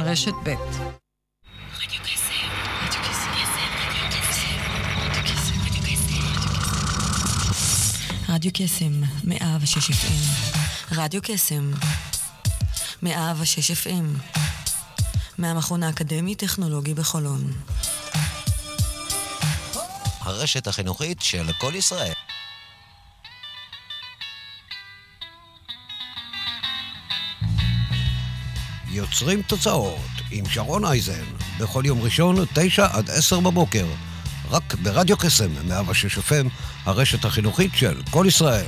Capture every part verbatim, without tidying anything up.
רשת ב'. רדיו קסם, מאה ושש אף אם. רדיו קסם, מאה ושש אף אם. מהמכון האקדמי-טכנולוגי בחולון. הרשת החינוכית של כל ישראל. יוצרים תוצאות עם שרון אייזן, בכל יום ראשון, תשע עד עשר בבוקר. רק ברדיו קסם, מאה ושש אף אם, הרשת החינוכית של כל ישראל.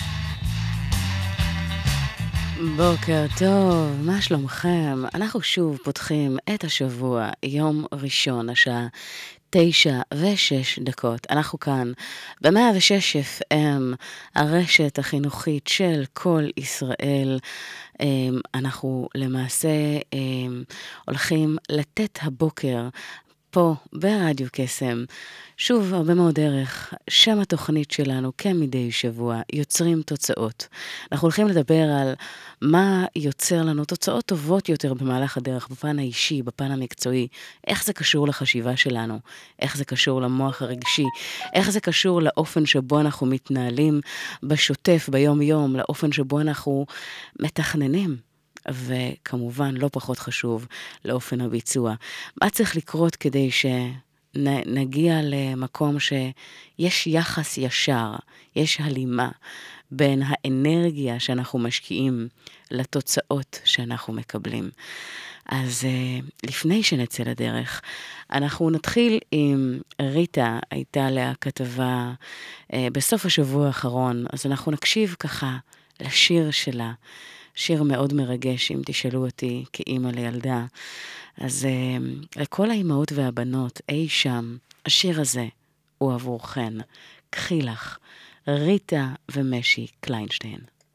בוקר טוב, מה שלומכם? אנחנו שוב פותחים את השבוע, יום ראשון, השעה תשע ושש דקות. אנחנו כאן ב-מאה ושש אף אם, הרשת החינוכית של כל ישראל. אנחנו למעשה הולכים לתת הבוקר פה ברדיו קסם, שוב הרבה מאוד דרך, שם התוכנית שלנו כמדי שבוע, יוצרים תוצאות. אנחנו הולכים לדבר על מה יוצר לנו תוצאות טובות יותר במהלך הדרך, בפן האישי, בפן המקצועי, איך זה קשור לחשיבה שלנו, איך זה קשור למוח הרגשי, איך זה קשור לאופן שבו אנחנו מתנהלים בשוטף, ביום יום, לאופן שבו אנחנו מתכננים. וכמובן, לא פחות חשוב, לאופן הביצוע. מה צריך לקרות כדי שנגיע למקום שיש יחס ישר, יש הלימה בין האנרגיה שאנחנו משקיעים לתוצאות שאנחנו מקבלים. אז לפני שנצא לדרך, אנחנו נתחיל עם ריטה, הייתה לה כתבה בסוף השבוע האחרון, אז אנחנו נקשיב ככה לשיר שלה, שיר מאוד מרגש, אם תשאלו אותי כאימא לילדה. אז uh, לכל האימהות והבנות אי שם, השיר הזה הוא עבורכן. קחי לך, ריטה ומשי קליינשטיין.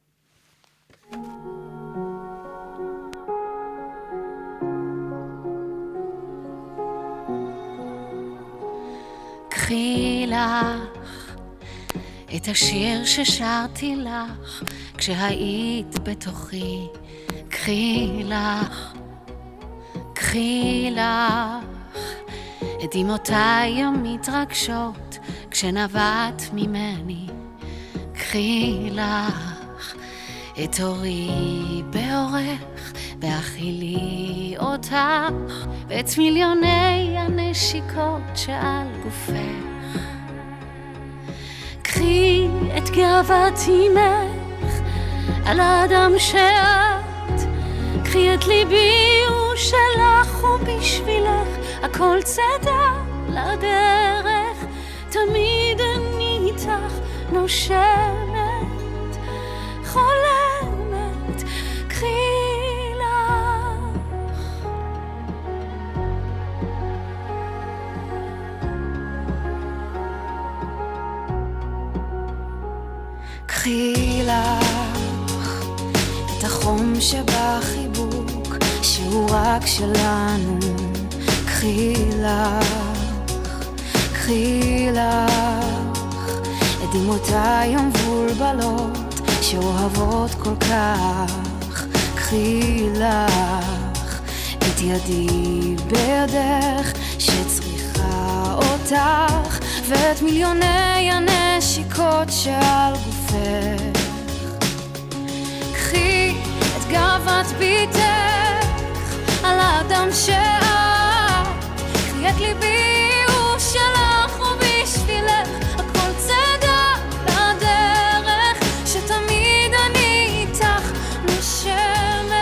קחי לך את השיר ששרתי לך כשהיית בתוכי, קחי לך, קחי לך את דמעותיי המתרגשות כשנבעת ממני, קחי לך את אורי באורך והכילי אותך ואת מיליוני הנשיקות שעל גופך, קחי את גאוות אימך על האדם שאת, קחי את ליבי הוא שלך ובשבילך הכל צדה לדרך, תמיד אני איתך נושמת חולמת, קחי לך. קחי לך את החום שבחיבוק שהוא רק שלנו, קחי לך, קחי לך את דמעותיי המבולבלות שאוהבות כל כך, קחי לך את ידי בידך שצריכה אותך ואת מיליוני הנשיקות שעל גופך, קחי את גאוות ביתך על האדם שאת, קחי את ליבי הוא שלך ובשבילך הכל צדה לדרך, שתמיד אני איתך נושמת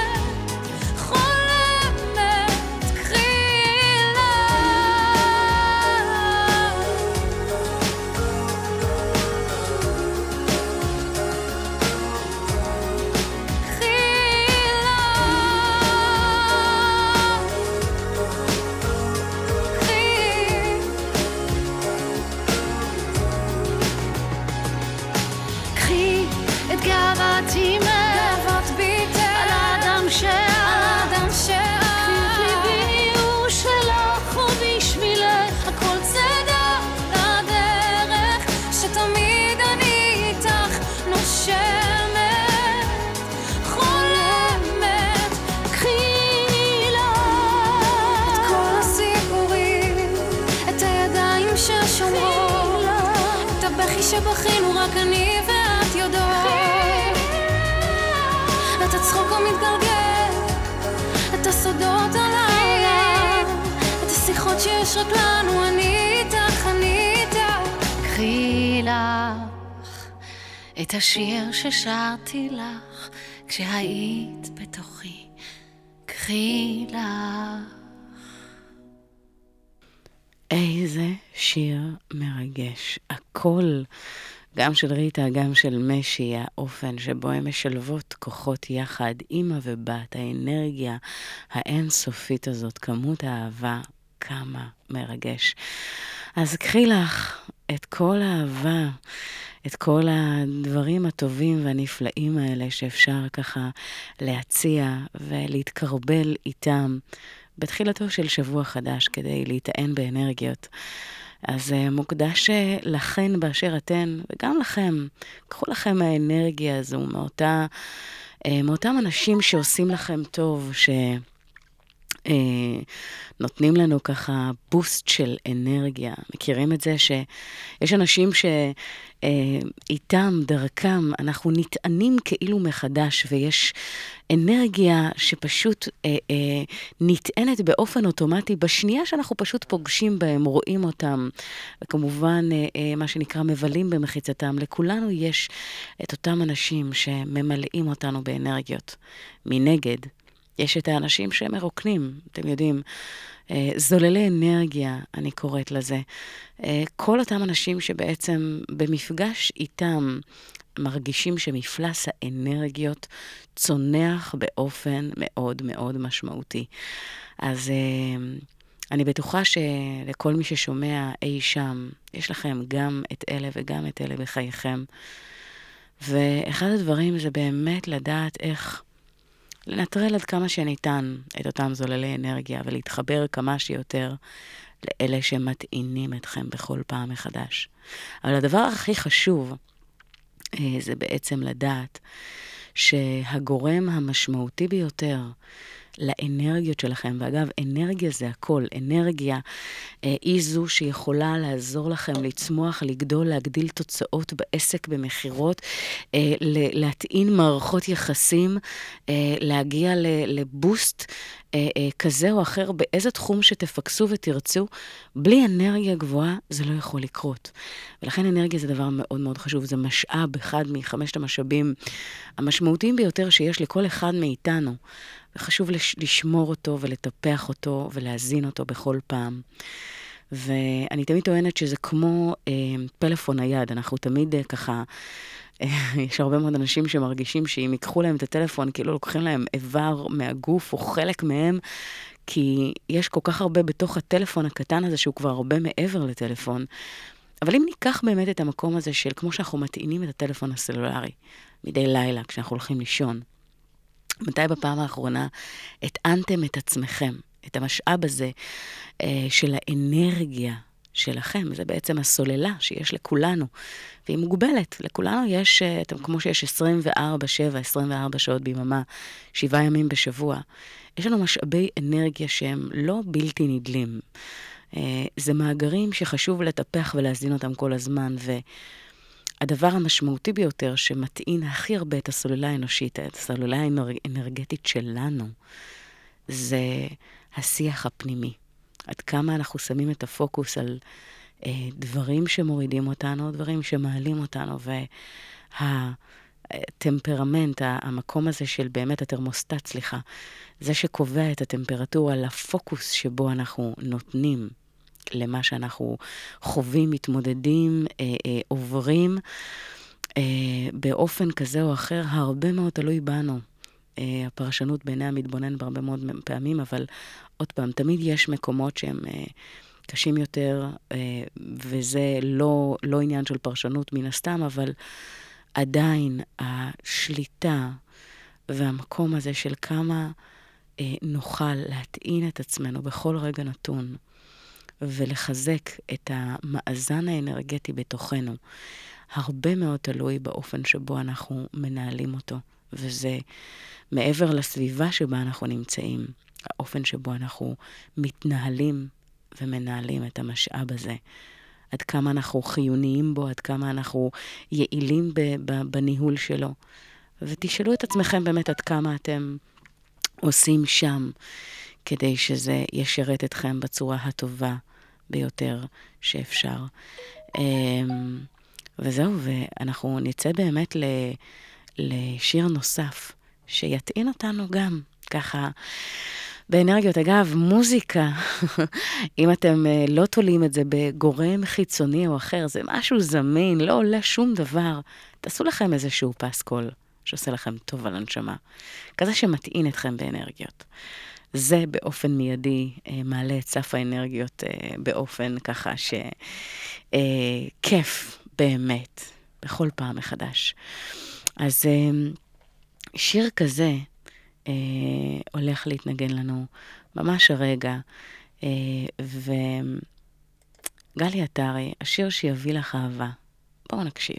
חולמת, קחי לך. קחי לך. שבכינו רק אני ואת יודעות את הצחוק המתגלגל, את הסודות על העולם, את השיחות שיש רק לנו, אני איתך, אני איתך. קחי לך את השיר ששרתי לך כשהיית בתוכי, קחי לך. איזה שיר מרגש. הכל, גם של ריטה, גם של משי, האופן שבו הן משלבות כוחות יחד, אמא ובת, האנרגיה האינסופית הזאת, כמות האהבה, כמה מרגש. אז קחי לך את כל האהבה, את כל הדברים הטובים והנפלאים האלה שאפשר ככה להציע ולהתקרבל איתם בתחילתו של שבוע חדש כדי להתען באנרגיות. אז uh, מוקדש לכן באשר אתן, וגם לכם, קחו לכם האנרגיה הזו מאותה, uh, מאותם אנשים שעושים לכם טוב, ש... Uh, נותנים לנו ככה בוסט של אנרגיה. מכירים את זה שיש אנשים שאיתם, דרכם, אנחנו נטענים כאילו מחדש, ויש אנרגיה שפשוט אה, אה, נטענת באופן אוטומטי, בשנייה שאנחנו פשוט פוגשים בהם, רואים אותם, וכמובן אה, אה, מה שנקרא מבלים במחיצתם. לכולנו יש את אותם אנשים שממלאים אותנו באנרגיות. מנגד, יש את האנשים שהם מרוקנים, אתם יודעים, זוללי אנרגיה, אני קוראת לזה. כל אותם אנשים שבעצם במפגש איתם מרגישים שמפלס האנרגיות צונח באופן מאוד מאוד משמעותי. אז אני בטוחה שלכל מי ששומע אי שם, יש לכם גם את אלה וגם את אלה בחייכם. ואחד הדברים זה באמת לדעת איך לנטרל עד כמה שניתן את אותם זוללי אנרגיה, ולהתחבר כמה שיותר לאלה שמטעינים אתכם בכל פעם מחדש. אבל הדבר הכי חשוב זה בעצם לדעת שהגורם המשמעותי ביותר לאנרגיות שלכם, ואגב, אנרגיה זה הכל, אנרגיה אה, היא זו שיכולה לעזור לכם לצמוח, לגדול, להגדיל תוצאות בעסק, במחירות, אה, להטעין מערכות יחסים, אה, להגיע לבוסט אה, אה, כזה או אחר, באיזה תחום שתפקסו ותרצו, בלי אנרגיה גבוהה זה לא יכול לקרות. ולכן אנרגיה זה דבר מאוד מאוד חשוב, זה משאב אחד מחמשת המשאבים המשמעותיים ביותר שיש לכל אחד מאיתנו, וחשוב לשמור אותו ולטפח אותו ולהזין אותו בכל פעם. ואני תמיד טוענת שזה כמו אה, פלאפון נייד, אנחנו תמיד אה, ככה, אה, יש הרבה מאוד אנשים שמרגישים שאם ייקחו להם את הטלפון, כאילו לוקחים להם איבר מהגוף או חלק מהם, כי יש כל כך הרבה בתוך הטלפון הקטן הזה שהוא כבר הרבה מעבר לטלפון. אבל אם ניקח באמת את המקום הזה של כמו שאנחנו מטעינים את הטלפון הסלולרי מדי לילה כשאנחנו הולכים לישון, מתי בפעם האחרונה הטענתם את עצמכם, את המשאב הזה אה, של האנרגיה שלכם? זה בעצם הסוללה שיש לכולנו, והיא מוגבלת. לכולנו יש, אה, כמו שיש עשרים וארבע שבע, עשרים וארבע שעות ביממה, שבעה ימים בשבוע. יש לנו משאבי אנרגיה שהם לא בלתי נדלים. אה, זה מאגרים שחשוב לטפח ולהזין אותם כל הזמן, ו... הדבר המשמעותי ביותר שמטעין הכי הרבה את הסוללה האנושית, את הסוללה האנרגטית שלנו, זה השיח הפנימי. עד כמה אנחנו שמים את הפוקוס על אה, דברים שמורידים אותנו, דברים שמעלים אותנו, והטמפרמנט, המקום הזה של באמת התרמוסטט, סליחה, זה שקובע את הטמפרטורה לפוקוס שבו אנחנו נותנים, למה שאנחנו חווים, מתמודדים, אה, אה, עוברים, אה, באופן כזה או אחר, הרבה מאוד תלוי בנו. אה, הפרשנות בעיני המתבונן בהרבה מאוד פעמים, אבל עוד פעם, תמיד יש מקומות שהם אה, קשים יותר, אה, וזה לא, לא עניין של פרשנות מן הסתם, אבל עדיין השליטה והמקום הזה של כמה אה, נוכל להטעין את עצמנו בכל רגע נתון, ולחזק את המאזן האנרגטי בתוכנו, הרבה מאוד תלוי באופן שבו אנחנו מנהלים אותו, וזה מעבר לסביבה שבה אנחנו נמצאים, האופן שבו אנחנו מתנהלים ומנהלים את המשאב הזה, עד כמה אנחנו חיוניים בו, עד כמה אנחנו יעילים בניהול שלו. ותשאלו את עצמכם באמת עד כמה אתם עושים שם, כדי שזה ישרת אתכם בצורה הטובה ביותר שאפשר. וזהו, ואנחנו נצא באמת לשיר נוסף, שיטעין אותנו גם, ככה, באנרגיות. אגב, מוזיקה, אם אתם לא תולים את זה בגורם חיצוני או אחר, זה משהו זמין, לא עולה שום דבר, תעשו לכם איזשהו פסקול, שעושה לכם טוב על הנשמה, כזה שמטעין אתכם באנרגיות. זה באופן מיידי מעלה את סף האנרגיות באופן ככה שכיף באמת, בכל פעם מחדש. אז שיר כזה הולך להתנגן לנו ממש הרגע, וגלי עטרי, השיר שיביא לך אהבה. בואו נקשיב.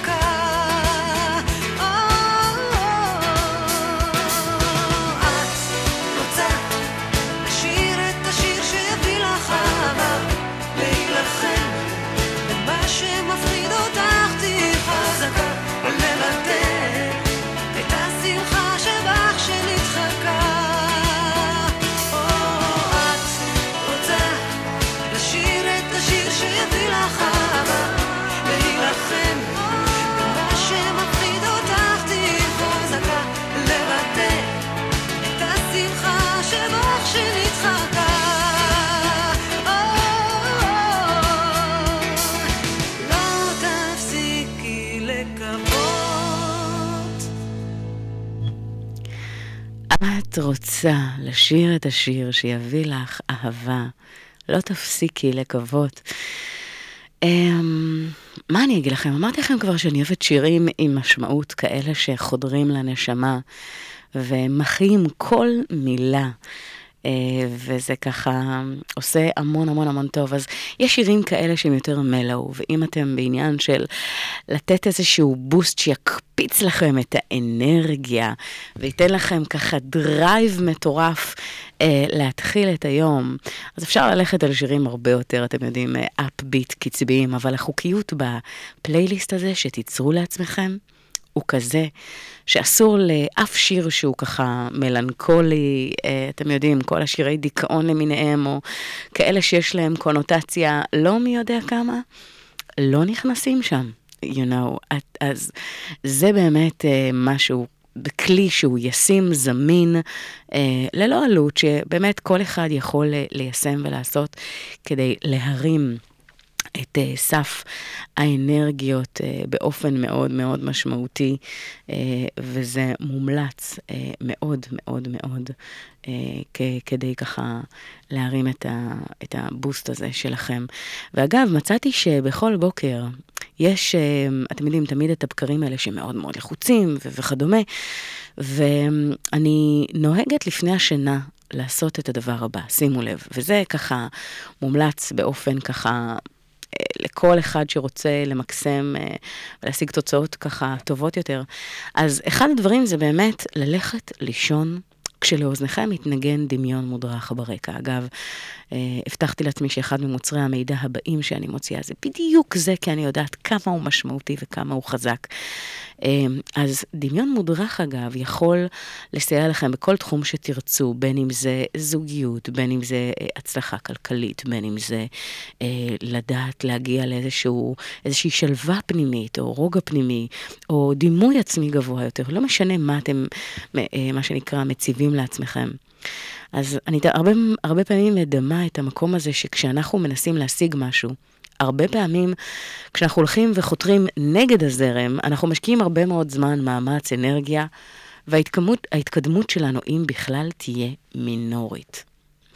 את את רוצה לשיר את השיר שיביא לך אהבה, לא תפסיקי לקוות. מה אני אגיד לכם? אמרתי לכם כבר שאני אוהבת שירים עם משמעות כאלה שחודרים לנשמה ומחיים כל מילה. וזה ככה עושה המון המון המון טוב. אז יש שירים כאלה שהם יותר מלאו, ואם אתם בעניין של לתת איזשהו בוסט שיקפיץ לכם את האנרגיה, וייתן לכם ככה דרייב מטורף אה, להתחיל את היום, אז אפשר ללכת על שירים הרבה יותר, אתם יודעים, אפביט, קצביים, אבל החוקיות בפלייליסט הזה שתיצרו לעצמכם, הוא כזה שאסור לאף שיר שהוא ככה מלנכולי, אתם יודעים, כל השירי דיכאון למיניהם, או כאלה שיש להם קונוטציה לא מי יודע כמה, לא נכנסים שם, you know, אז זה באמת משהו, בכלי שהוא ישים, זמין, ללא עלות, שבאמת כל אחד יכול ליישם ולעשות כדי להרים את uh, סף האנרגיות uh, באופן מאוד מאוד משמעותי, uh, וזה מומלץ uh, מאוד מאוד מאוד uh, כ- כדי ככה להרים את, ה- את הבוסט הזה שלכם. ואגב, מצאתי שבכל בוקר יש, uh, אתם יודעים, תמיד את הבקרים האלה שמאוד מאוד לחוצים ו- וכדומה, ואני נוהגת לפני השינה לעשות את הדבר הבא, שימו לב, וזה ככה מומלץ באופן ככה, לכל אחד שרוצה למקסם ולהשיג תוצאות ככה טובות יותר. אז אחד הדברים זה באמת ללכת לישון כשלאוזניכם מתנגן דמיון מודרך ברקע. אגב, הבטחתי לעצמי שאחד ממוצרי המידע הבאים שאני מוציאה זה בדיוק זה, כי אני יודעת כמה הוא משמעותי וכמה הוא חזק. אז דמיון מודרך אגב יכול לסייע לכם בכל תחום שתרצו, בין אם זה זוגיות, בין אם זה הצלחה כלכלית, בין אם זה לדעת להגיע לאיזשהו, איזושהי שלווה פנימית או רוגע פנימי, או דימוי עצמי גבוה יותר. לא משנה מה אתם, מה שנקרא, מציבים לעצמכם. אז אני הרבה, הרבה פעמים מדמה את המקום הזה שכשאנחנו מנסים להשיג משהו, הרבה פעמים כשאנחנו הולכים וחותרים נגד הזרם, אנחנו משקיעים הרבה מאוד זמן, מאמץ, אנרגיה, וההתקדמות, ההתקדמות שלנו, אם בכלל, תהיה מינורית.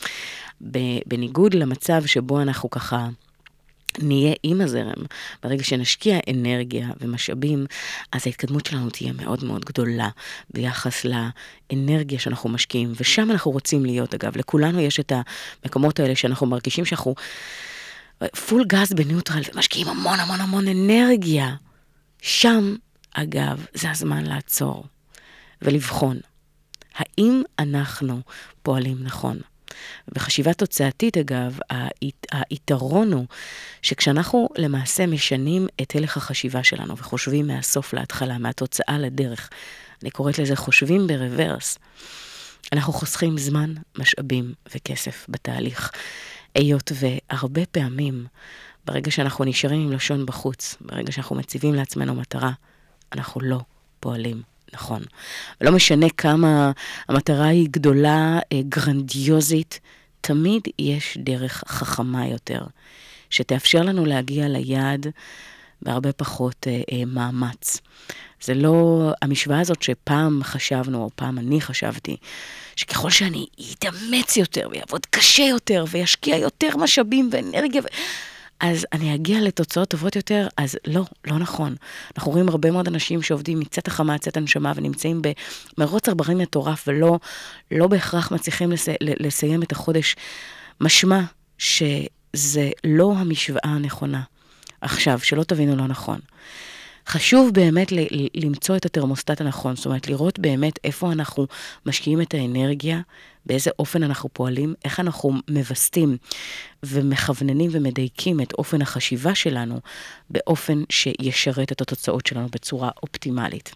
בניגוד למצב שבו אנחנו ככה נהיה עם הזרם, ברגע שנשקיע אנרגיה ומשאבים, אז ההתקדמות שלנו תהיה מאוד מאוד גדולה ביחס לאנרגיה שאנחנו משקיעים, ושם אנחנו רוצים להיות. אגב, לכולנו יש את המקומות האלה שאנחנו מרגישים שאנחנו פול גז בניוטרל ומשקיעים המון המון המון אנרגיה. שם, אגב, זה הזמן לעצור ולבחון האם אנחנו פועלים נכון. בחשיבה תוצאתית, אגב, היתרון הוא שכשאנחנו למעשה משנים את הלך החשיבה שלנו וחושבים מהסוף להתחלה, מהתוצאה לדרך, אני קוראת לזה חושבים ברוורס, אנחנו חוסכים זמן, משאבים וכסף בתהליך. היות והרבה פעמים, ברגע שאנחנו נשארים עם לשון בחוץ, ברגע שאנחנו מציבים לעצמנו מטרה, אנחנו לא פועלים נכון. לא משנה כמה המטרה היא גדולה, גרנדיוזית, תמיד יש דרך חכמה יותר, שתאפשר לנו להגיע ליעד בהרבה פחות אה, מאמץ. זה לא המשוואה הזאת שפעם חשבנו, או פעם אני חשבתי, שככל שאני אתאמץ יותר, ויעבוד קשה יותר, וישקיע יותר משאבים ואנרגיה, ו... אז אני אגיע לתוצאות טובות יותר, אז לא, לא נכון. אנחנו רואים הרבה מאוד אנשים שעובדים מצאת החמה, מצאת הנשמה, ונמצאים במרוץ עכברים מטורף, ולא לא בהכרח מצליחים לסי, לסיים את החודש. משמע שזה לא המשוואה הנכונה. עכשיו, שלא תבינו לא נכון. חשוב באמת למצוא את התרמוסטט הנכון, זאת אומרת, לראות באמת איפה אנחנו משקיעים את האנרגיה, באיזה אופן אנחנו פועלים, איך אנחנו מבסטים ומכווננים ומדייקים את אופן החשיבה שלנו, באופן שישרת את התוצאות שלנו בצורה אופטימלית.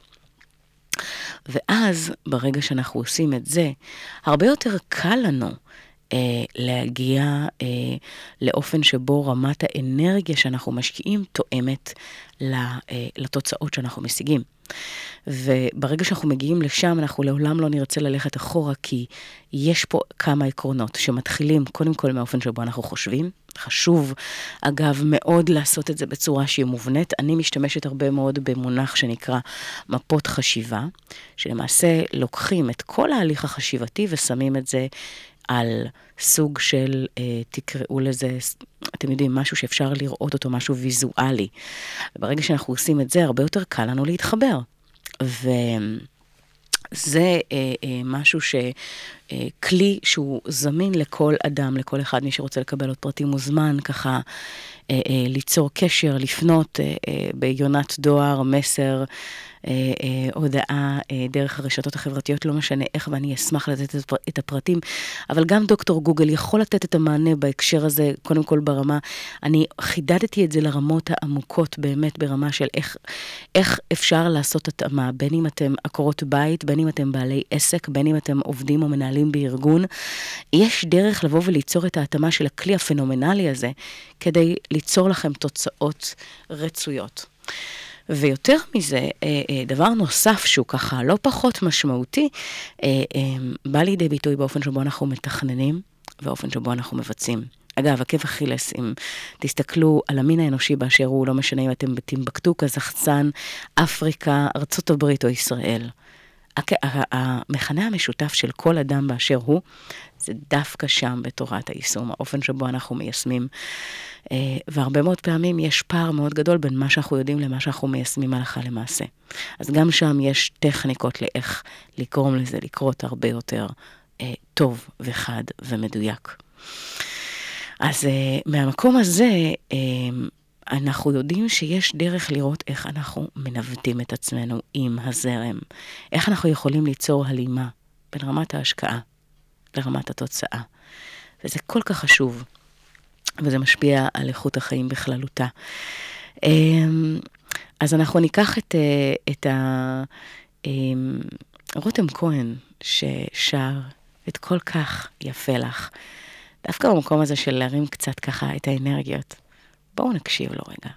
ואז, ברגע שאנחנו עושים את זה, הרבה יותר קל לנו אה, להגיע אה, לאופן שבו רמת האנרגיה שאנחנו משקיעים תואמת לתוצאות שאנחנו משיגים. וברגע שאנחנו מגיעים לשם, אנחנו לעולם לא נרצה ללכת אחורה, כי יש פה כמה עקרונות שמתחילים קודם כל מהאופן שבו אנחנו חושבים. חשוב, אגב, מאוד לעשות את זה בצורה שהיא מובנית. אני משתמשת הרבה מאוד במונח שנקרא מפות חשיבה, שלמעשה לוקחים את כל ההליך החשיבתי ושמים את זה על סוג של, אה, תקראו לזה, אתם יודעים, משהו שאפשר לראות אותו, משהו ויזואלי. וברגע שאנחנו עושים את זה, הרבה יותר קל לנו להתחבר. וזה אה, אה, משהו ש... אה, כלי שהוא זמין לכל אדם, לכל אחד, מי שרוצה לקבל עוד פרטים מוזמן, ככה אה, אה, ליצור קשר, לפנות אה, אה, ביונת דואר, מסר, אה, אה, הודעה אה, דרך הרשתות החברתיות, לא משנה איך, ואני אשמח לתת את, את הפרטים, אבל גם דוקטור גוגל יכול לתת את המענה בהקשר הזה, קודם כל ברמה, אני חידדתי את זה לרמות העמוקות, באמת ברמה של איך, איך אפשר לעשות התאמה, בין אם אתם עקרות בית, בין אם אתם בעלי עסק, בין אם אתם עובדים או מנהלים בארגון, יש דרך לבוא וליצור את ההתאמה של הכלי הפנומנלי הזה, כדי ליצור לכם תוצאות רצויות. ויותר מזה, דבר נוסף שהוא ככה לא פחות משמעותי, בא לידי ביטוי באופן שבו אנחנו מתכננים, ואופן שבו אנחנו מבצעים. אגב, עקב אכילס, אם תסתכלו על המין האנושי באשר הוא, לא משנה אם אתם בטימבקטו, קזחסטן, אפריקה, ארצות הברית או ישראל. המכנה המשותף של כל אדם באשר הוא, זה דווקא שם בתורת היישום, האופן שבו אנחנו מיישמים. והרבה מאוד פעמים יש פער מאוד גדול בין מה שאנחנו יודעים למה שאנחנו מיישמים הלכה למעשה. אז גם שם יש טכניקות לאיך לקרום לזה, לקרות הרבה יותר טוב וחד ומדויק. אז מהמקום הזה, אנחנו יודעים שיש דרך לראות איך אנחנו מנווטים את עצמנו עם הזרם. איך אנחנו יכולים ליצור הלימה בין רמת ההשקעה לרמת התוצאה. וזה כל כך חשוב, וזה משפיע על איכות החיים בכללותה. אז אנחנו ניקח את, את ה... רותם כהן, ששר את כל כך יפה לך, דווקא במקום הזה של להרים קצת ככה את האנרגיות. בואו נקשיב לו רגע.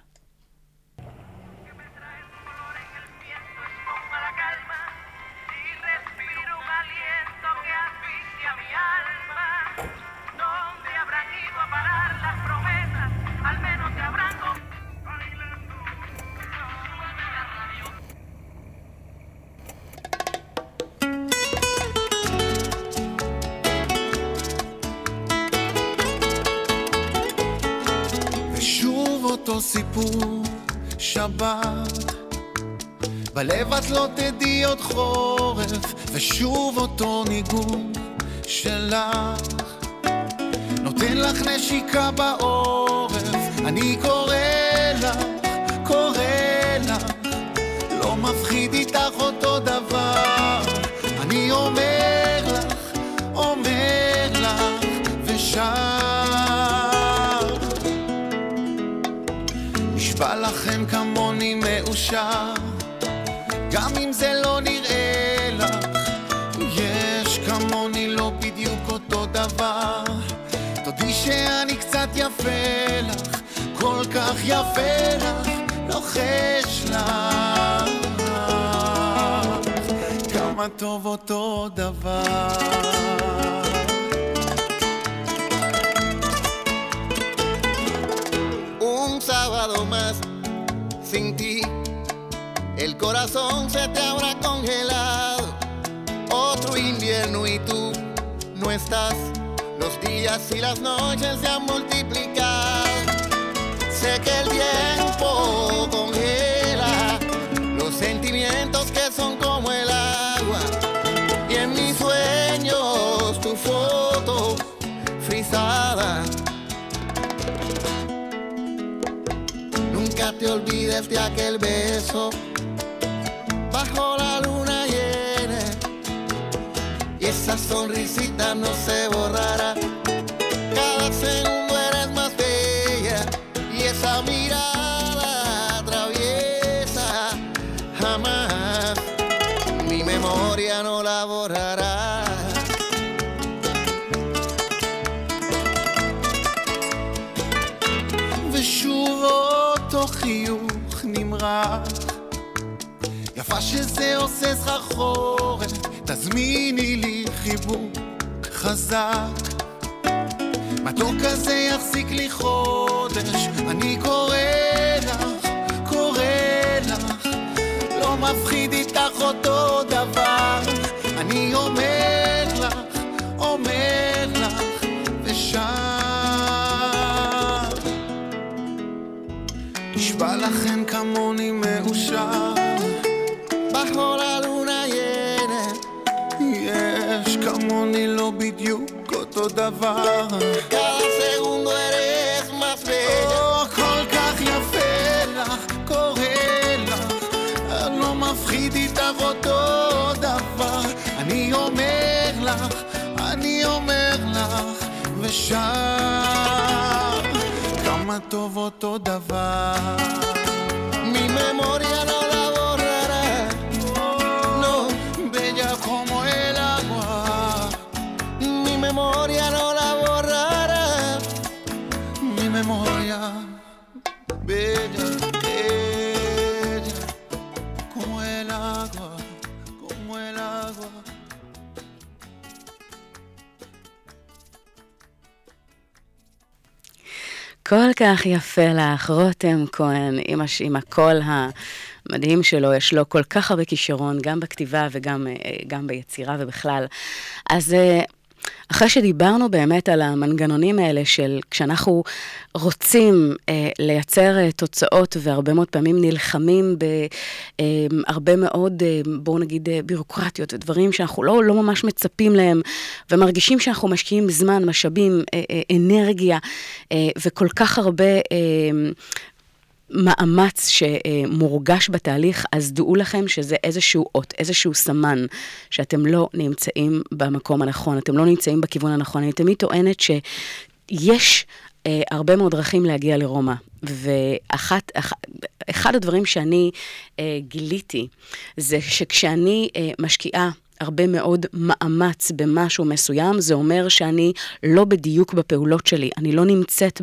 אותו סיפור שבת, בלב את לא תדעי עוד חורף, ושוב אותו ניגון שלך נותן לך נשיקה בעורף. אני קורא לך, קורא לך, לא מפחיד איתך אותו דבר. אני אומר לך, אומר לך ושר נשבע לכם כמוני מאושר, גם אם זה לא נראה לך. יש כמוני לא בדיוק אותו דבר, תודי שאני קצת יפה לך, כל כך יפה לך, לוחש לך כמה טוב אותו דבר. Sábado más sin ti, el corazón se te habrá congelado. Otro invierno y tú no estás, los días y las noches se han multiplicado. Sé que el tiempo congela los sentimientos que son como el agua, y en mis sueños tu foto frisada. Nunca te olvides de aquel beso bajo la luna llena, y esa sonrisita no se borrará. Cada segundo eres más bella, y esa mirada traviesa jamás mi memoria no la borrará. ושוב אותו חיוך נמרח, יפה יפה שזה עושה סחרחורת, תזמיני לי חיבוק חזק, מתוק כזה יחזיק לי חודש, אני קורא לך, קורא לך, לא מפחיד איתך אותו דבר, אני אומר לך, אומר לך ושר, נשבע לכן כמוני מאושר, bajo la luna llena, יש כמוני לא בדיוק אותו דבר, cada segundo eres más bella. או, כל כך יפה לך, קורא לך, לא מפחיד איתך אותו דבר, אני אומר לך, אני אומר לך ושר, כמה טוב אותו דבר. Mi memoria no la borrará, No, bella como el agua, mi memoria no la borrará. mi memoria, bella, bella, como el agua, como el agua. כל כך יפה לך, רותם כהן, עם, הש... עם הקול המדהים שלו, יש לו כל כך הרבה כישרון, גם בכתיבה וגם גם ביצירה ובכלל. אז אחרי שדיברנו באמת על המנגנונים האלה של כשאנחנו רוצים אה, לייצר אה, תוצאות והרבה מאוד פעמים נלחמים בהרבה אה, מאוד, אה, בואו נגיד, אה, בירוקרטיות ודברים שאנחנו לא, לא ממש מצפים להם ומרגישים שאנחנו משקיעים זמן, משאבים, אה, אה, אנרגיה אה, וכל כך הרבה אה, מאמץ שמורגש בתהליך, אז דעו לכם שזה איזשהו אות, איזשהו סמן, שאתם לא נמצאים במקום הנכון, אתם לא נמצאים בכיוון הנכון. אני תמיד טוענת שיש אה, הרבה מאוד דרכים להגיע לרומא, ואחת, אח, אחד הדברים שאני אה, גיליתי, זה שכשאני אה, משקיעה הרבה מאוד מאמץ במשהו מסוים, זה אומר שאני לא בדיוק בפעולות שלי, אני לא נמצאת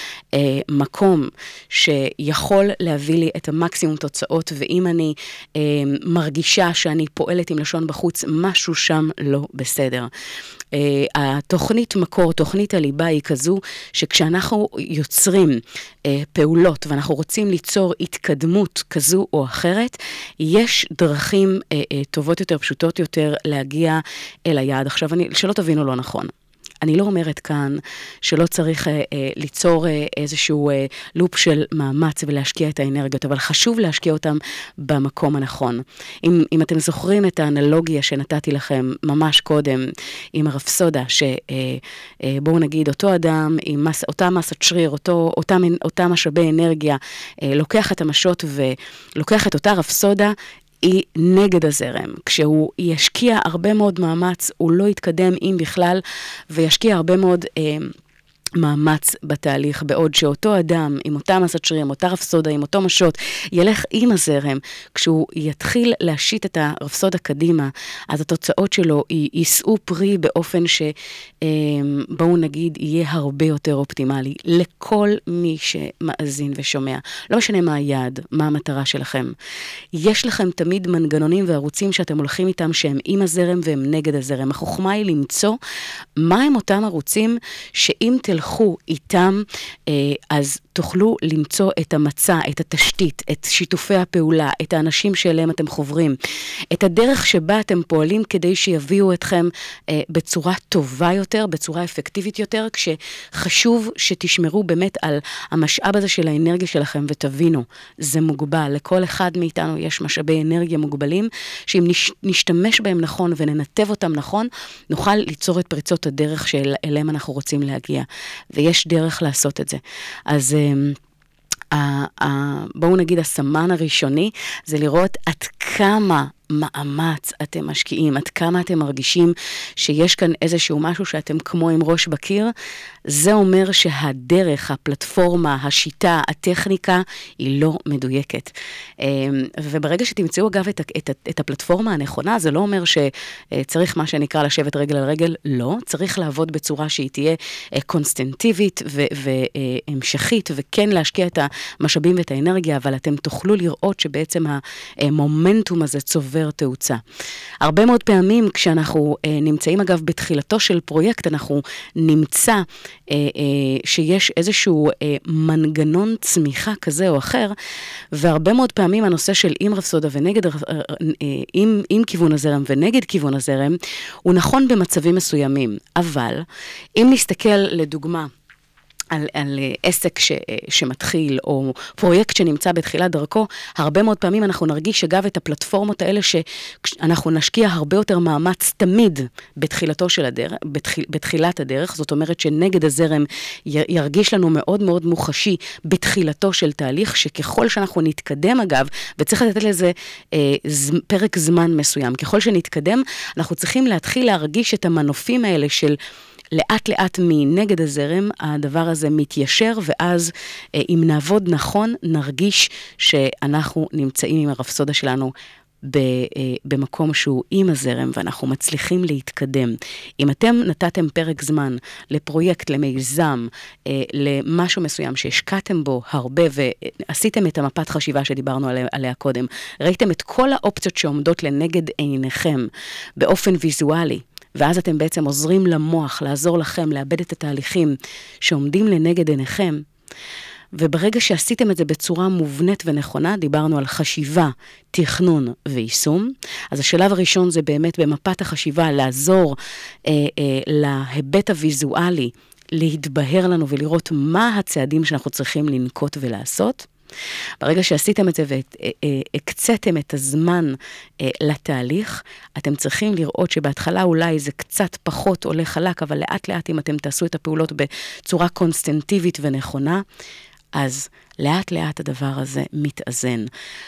במקום שיכול להביא לי את המקסימום תוצאות, ואם אני אה, מרגישה שאני פועלת עם לשון בחוץ, משהו שם לא בסדר. Uh, התוכנית מקור, תוכנית הליבה היא כזו, שכשאנחנו יוצרים uh, פעולות, ואנחנו רוצים ליצור התקדמות כזו או אחרת, יש דרכים uh, uh, טובות יותר, פשוטות יותר, להגיע אל היעד. עכשיו, אני, שלא תבינו לא נכון. אני לא אומרת כאן שלא צריך אה, אה, ליצור אה, איזשהו אה, לופ של מאמץ ולהשקיע את האנרגיות, אבל חשוב להשקיע אותם במקום הנכון. אם, אם אתם זוכרים את האנלוגיה שנתתי לכם ממש קודם, עם הרפסודה, שבואו אה, אה, נגיד אותו אדם, עם מס, אותה מסת שריר, אותו, אותה, אותה משאבי אנרגיה, אה, לוקח את המשות ולוקח את אותה רפסודה, היא נגד הזרם. כשהוא ישקיע הרבה מאוד מאמץ, הוא לא יתקדם אם בכלל, וישקיע הרבה מאוד אה, מאמץ בתהליך, בעוד שאותו אדם, עם אותה מסת שריר, עם אותה רפסודה, עם אותו משות, ילך עם הזרם, כשהוא יתחיל להשית את הרפסודה קדימה, אז התוצאות שלו יישאו פרי באופן שבואו נגיד, יהיה הרבה יותר אופטימלי, לכל מי שמאזין ושומע. לא משנה מה היעד, מה המטרה שלכם. יש לכם תמיד מנגנונים וערוצים שאתם הולכים איתם, שהם עם הזרם והם נגד הזרם. החוכמה היא למצוא מה הם אותם ערוצים, שאם תלכו איתם, אז תוכלו למצוא את המצע, את התשתית, את שיתופי הפעולה, את האנשים שאליהם אתם חוברים, את הדרך שבה אתם פועלים כדי שיביאו אתכם בצורה טובה יותר, בצורה אפקטיבית יותר, כשחשוב שתשמרו באמת על המשאב הזה של האנרגיה שלכם, ותבינו, זה מוגבל. לכל אחד מאיתנו יש משאבי אנרגיה מוגבלים, שאם נשתמש בהם נכון וננתב אותם נכון, נוכל ליצור את פריצות הדרך שאליהם אנחנו רוצים להגיע. ויש דרך לעשות את זה. אז בואו נגיד, הסמן הראשוני, זה לראות עד כמה מאמץ אתם משקיעים, עד כמה אתם מרגישים שיש כאן איזשהו משהו שאתם כמו עם ראש בקיר, זה אומר שהדרך, הפלטפורמה, השיטה, הטכניקה, היא לא מדויקת. וברגע שתמצאו אגב את, את, את הפלטפורמה הנכונה, זה לא אומר שצריך מה שנקרא לשבת רגל על רגל, לא, צריך לעבוד בצורה שהיא תהיה קונסטנטיבית והמשכית, וכן להשקיע את המשאבים ואת האנרגיה, אבל אתם תוכלו לראות שבעצם המומנטום הזה צובר תאוצה. הרבה מאוד פעמים כשאנחנו נמצאים אגב בתחילתו של פרויקט, אנחנו נמצא שיש איזשהו מנגנון צמיחה כזה או אחר, והרבה מאוד פעמים הנושא של עם רפסודה ונגד, עם, עם כיוון הזרם ונגד כיוון הזרם, הוא נכון במצבים מסוימים, אבל אם נסתכל לדוגמה, על, על עסק ש, שמתחיל, או פרויקט שנמצא בתחילת דרכו, הרבה מאוד פעמים אנחנו נרגיש אגב את הפלטפורמות האלה שאנחנו נשקיע הרבה יותר מאמץ תמיד בתחילתו של הדרך, בתחיל, בתחילת הדרך, זאת אומרת שנגד הזרם ירגיש לנו מאוד מאוד מוחשי בתחילתו של תהליך, שככל שאנחנו נתקדם אגב, וצריך לתת לזה אה, ז, פרק זמן מסוים, ככל שנתקדם, אנחנו צריכים להתחיל להרגיש את המנופים האלה של לאט לאט מנגד הזרם, הדבר הזה מתיישר, ואז אם נעבוד נכון, נרגיש שאנחנו נמצאים עם הרפסודה שלנו במקום שהוא עם הזרם, ואנחנו מצליחים להתקדם. אם אתם נתתם פרק זמן לפרויקט, למיזם, למשהו מסוים שהשקעתם בו הרבה, ועשיתם את המפת חשיבה שדיברנו עליה, עליה קודם, ראיתם את כל האופציות שעומדות לנגד עיניכם באופן ויזואלי, ואז אתם בעצם עוזרים למוח, לעזור לכם, לאבד את התהליכים שעומדים לנגד עיניכם. וברגע שעשיתם את זה בצורה מובנית ונכונה, דיברנו על חשיבה, תכנון ויישום. אז השלב הראשון זה באמת במפת החשיבה, לעזור אה, אה, להיבט הוויזואלי, להתבהר לנו ולראות מה הצעדים שאנחנו צריכים לנקוט ולעשות. ברגע שעשיתם את זה והקצתם את הזמן לתהליך, אתם צריכים לראות שבהתחלה אולי זה קצת פחות עולה חלק, אבל לאט לאט אם אתם תעשו את הפעולות בצורה קונסטנטיבית ונכונה, אז לאט לאט הדבר הזה מתאזן.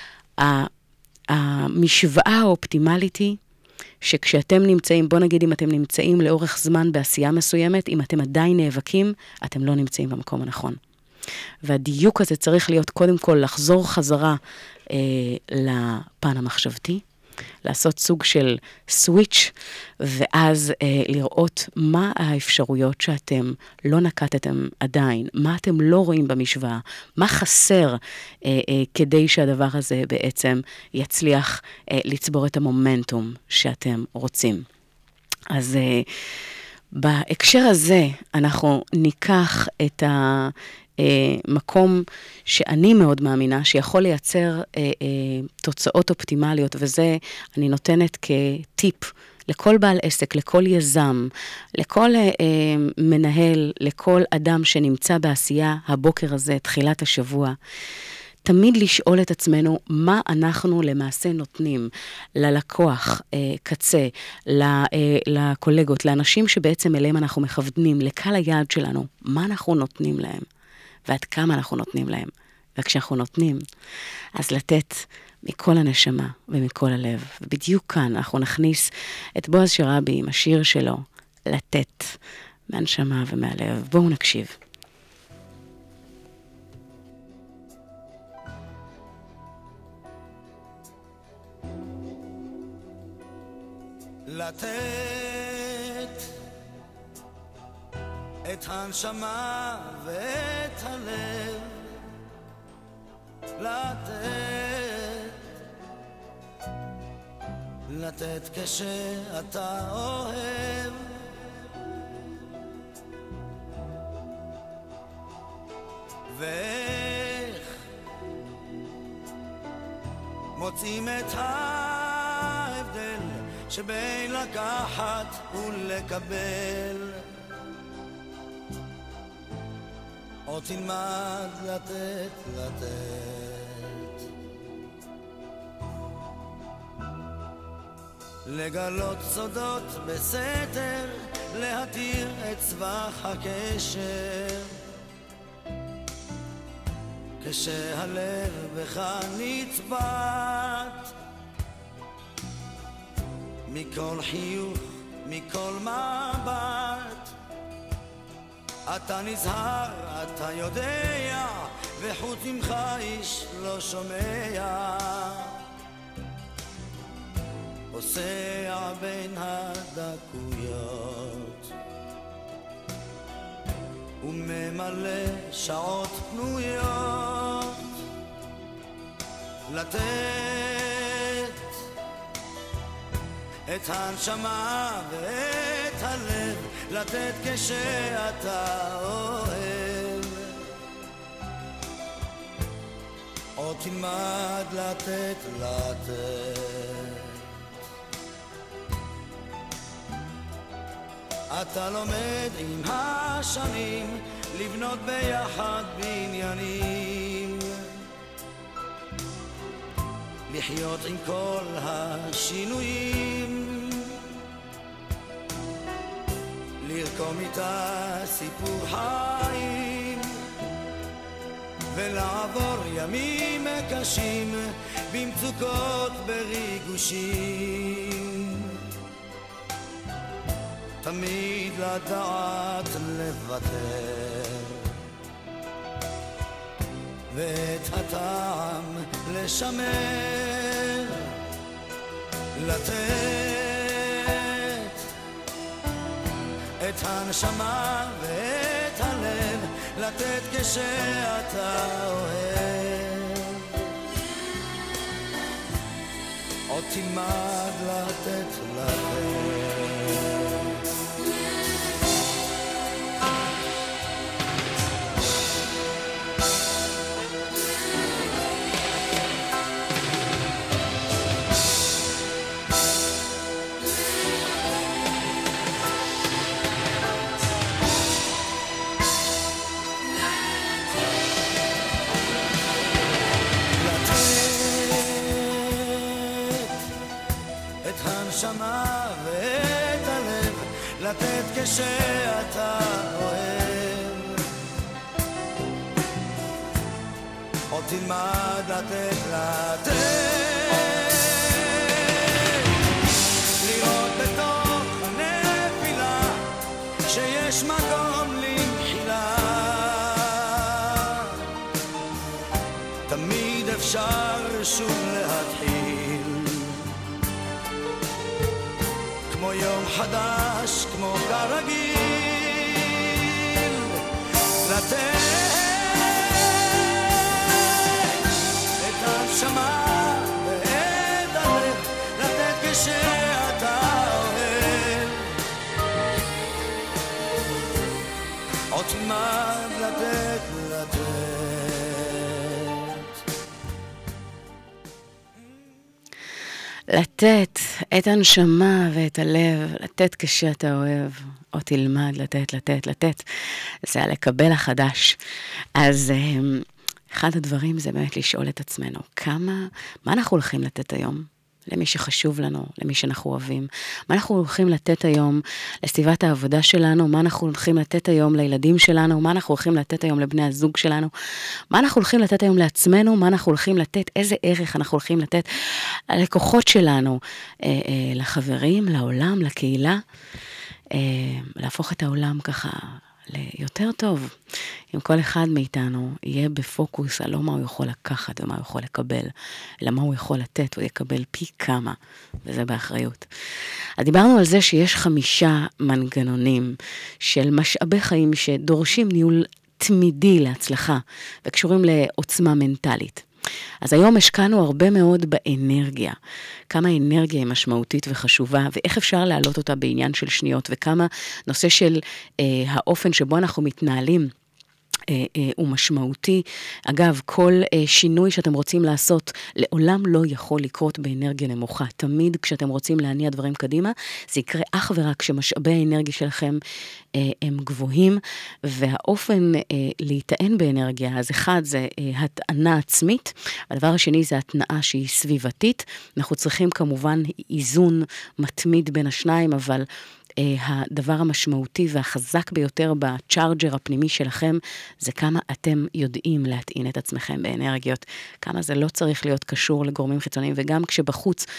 המשוואה האופטימלית היא, שכשאתם נמצאים, בוא נגיד אם אתם נמצאים לאורך זמן בעשייה מסוימת, אם אתם עדיין נאבקים, אתם לא נמצאים במקום הנכון. והדיוק הזה צריך להיות קודם כל לחזור חזרה אה, לפן המחשבתי, לעשות סוג של סוויץ', ואז אה, לראות מה האפשרויות שאתם לא נקטתם עדיין, מה אתם לא רואים במשוואה, מה חסר אה, אה, כדי שהדבר הזה בעצם יצליח אה, לצבור את המומנטום שאתם רוצים. אז אה, בהקשר הזה אנחנו ניקח את ה... מקום שאני מאוד מאמינה שיכול לייצר אה, אה, תוצאות אופטימליות, וזה אני נותנת כטיפ לכל בעל עסק, לכל יזם, לכל אה, מנהל, לכל אדם שנמצא בעשייה הבוקר הזה, תחילת השבוע, תמיד לשאול את עצמנו מה אנחנו למעשה נותנים ללקוח אה, קצה, אה, לקולגות, לאנשים שבעצם אליהם אנחנו מכוונים, לקהל היעד שלנו, מה אנחנו נותנים להם. ועד כמה אנחנו נותנים להם. וכשאנחנו נותנים, אז לתת מכל הנשמה ומכל הלב. ובדיוק כאן אנחנו נכניס את בועז שרעבי עם השיר שלו, לתת מהנשמה ומהלב. בואו נקשיב. לתת את הנשמה ואת הלב, לתת, לתת כשאתה אוהב, ואיך מוצאים את ההבדל שבין לקחת ולקבל, או תלמד לתת, לתת, לגלות סודות בסתר, להתיר את צבח הקשר, כשהלב בך נצבט, מכל חיוך, מכל מבט. אתה נזהר, אתה יודע, וחוץ ממך איש לא שומע. פוסע בין הדקויות וממלא שעות פנויות לתת את הנשמה ואת הלב, לתת כשאתה אוהב. עוד תלמד לתת, לתת. אתה לומד עם השנים לבנות ביחד בניינים, לחיות עם כל השינויים, לרקום איתה סיפור חיים, ולעבור ימים קשים במצוקות בריגושים. תמיד לדעת לוותר ואת הטעם לשמר, לתת את הנשמה ואת הלב, לתת כשאתה אוהב. עוד תלמד לתת, לתת. הנשמה ואת הלב, לתת כשאתה אוהב. עוד תלמד לתת, לתת, לראות בתוך הנפילה שיש מקום למחילה. תמיד אפשר שוב להתחיל, כמו יום חדש, כמו כרגיל, לתת את הנשמה ואת הלב, לתת כשאתה אוהב. עוד תלמד לתת, לתת. לתת את הנשמה ואת הלב, לתת כשאתה אוהב, או תלמד לתת, לתת, לתת. זה הלקבל החדש. אז אחד הדברים זה באמת לשאול את עצמנו, כמה, מה אנחנו הולכים לתת היום? למי שחשוב לנו, למי שאנחנו אוהבים. מה אנחנו הולכים לתת היום לסביבת העבודה שלנו? מה אנחנו הולכים לתת היום לילדים שלנו? מה אנחנו הולכים לתת היום לבני הזוג שלנו? מה אנחנו הולכים לתת היום לעצמנו? מה אנחנו הולכים לתת? איזה ערך אנחנו הולכים לתת ללקוחות שלנו, אה, אה, לחברים, לעולם, לקהילה? אה, להפוך את העולם ככה ליותר טוב. אם כל אחד מאיתנו יהיה בפוקוס על לא מה הוא יכול לקחת ומה הוא יכול לקבל, אלא מה הוא יכול לתת, הוא יקבל פי כמה, וזה באחריות. אז דיברנו על זה שיש חמישה מנגנונים של משאבי חיים שדורשים ניהול תמידי להצלחה, וקשורים לעוצמה מנטלית. אז היום השקענו הרבה מאוד באנרגיה, כמה אנרגיה היא משמעותית וחשובה, ואיך אפשר להעלות אותה בעניין של שניות, וכמה נושא של אה, האופן שבו אנחנו מתנהלים, הוא משמעותי. אגב, כל שינוי שאתם רוצים לעשות, לעולם לא יכול לקרות באנרגיה נמוכה. תמיד כשאתם רוצים להניע דברים קדימה, זה יקרה אך ורק כשמשאבי האנרגיה שלכם הם גבוהים, והאופן להיטען באנרגיה, אז אחד זה התענה עצמית, הדבר השני זה התנאה שהיא סביבתית. אנחנו צריכים כמובן איזון מתמיד בין השניים, אבל הדבר המשמעותי והחזק ביותר בצ'ארג'ר הפנימי שלכם, זה כמה אתם יודעים להטעין את עצמכם באנרגיות, כמה זה לא צריך להיות קשור לגורמים חיצוניים, וגם כשבחוץ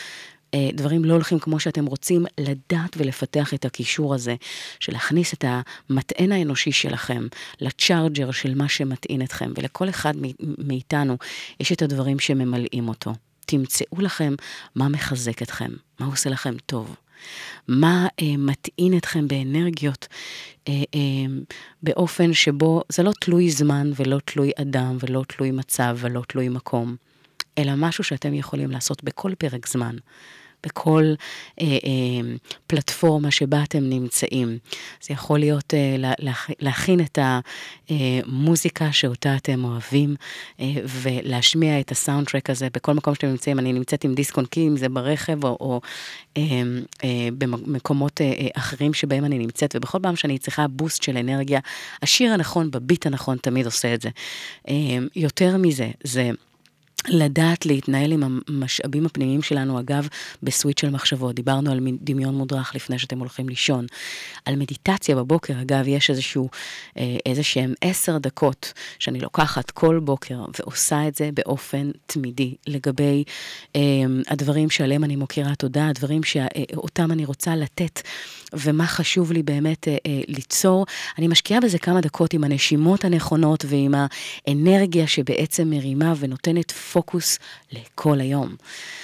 דברים לא הולכים כמו שאתם רוצים, לדעת ולפתח את הקישור הזה, של להכניס את המטען האנושי שלכם, לצ'ארג'ר של מה שמטעין אתכם, ולכל אחד מאיתנו יש את הדברים שממלאים אותו. תמצאו לכם מה מחזק אתכם, מה עושה לכם טוב. מה אה, מטעין אתכם באנרגיות, אה, אה, באופן שבו זה לא תלוי זמן ולא תלוי אדם ולא תלוי מצב ולא תלוי מקום, אלא משהו שאתם יכולים לעשות בכל פרק זמן, בכל אה, אה, פלטפורמה שבה אתם נמצאים. זה יכול להיות אה, להכ, להכין את המוזיקה שאותה אתם אוהבים, אה, ולהשמיע את הסאונדטרק הזה בכל מקום שאתם נמצאים. אני נמצאת עם דיסק און קי, אם זה ברכב או, או אה, אה, במקומות אה, אחרים שבהם אני נמצאת, ובכל פעם שאני צריכה בוסט של אנרגיה, השיר הנכון, בביט הנכון, תמיד עושה את זה. אה, יותר מזה, זה לדעת להתנהל עם המשאבים הפנימיים שלנו, אגב, בסוויץ' של מחשבות. דיברנו על דמיון מודרך לפני שאתם הולכים לישון. על מדיטציה בבוקר, אגב, יש איזשהו, איזשהם עשר דקות שאני לוקחת כל בוקר ועושה את זה באופן תמידי, לגבי הדברים שעליהם אני מוכירה תודה, הדברים שאותם אני רוצה לתת, ומה חשוב לי באמת ליצור. אני משקיעה בזה כמה דקות עם הנשימות הנכונות ועם האנרגיה שבעצם מרימה ונותנת פוקוס לכל היום.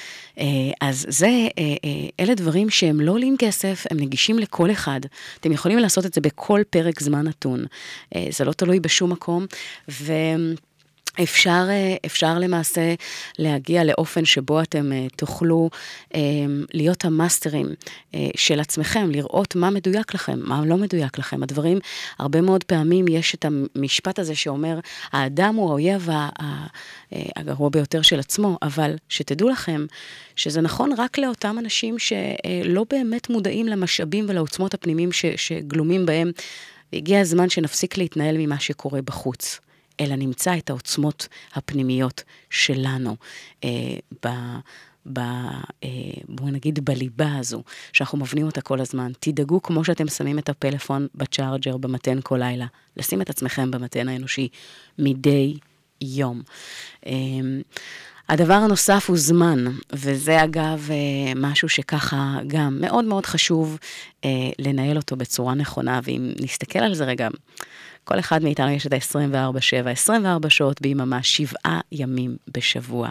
אז זה, אלה דברים שהם לא עולים כסף, הם נגישים לכל אחד. אתם יכולים לעשות את זה בכל פרק זמן נתון. זה לא תלוי בשום מקום, ו... אפשר, אפשר למעשה להגיע לאופן שבו אתם תוכלו להיות המאסטרים של עצמכם, לראות מה מדויק לכם, מה לא מדויק לכם. הדברים, הרבה מאוד פעמים יש את המשפט הזה שאומר, האדם הוא האויב הגרוע ביותר של עצמו, אבל שתדעו לכם שזה נכון רק לאותם אנשים שלא באמת מודעים למשאבים ולעוצמות הפנימיים שגלומים בהם, והגיע הזמן שנפסיק להתנהל ממה שקורה בחוץ. אלא נמצא את העוצמות הפנימיות שלנו, אה, ב, ב, אה, בואו נגיד בליבה הזו, שאנחנו מבנים אותה כל הזמן. תדאגו כמו שאתם שמים את הפלאפון בצ'ארג'ר, במתן כל לילה, לשים את עצמכם במתן האנושי מדי יום. אה, הדבר הנוסף הוא זמן, וזה אגב משהו שככה גם מאוד מאוד חשוב אה, לנהל אותו בצורה נכונה, ואם נסתכל על זה רגע, כל אחד מאיתנו יש את ה-עשרים וארבע שבע, עשרים וארבע שעות ביממה, שבעה ימים בשבוע.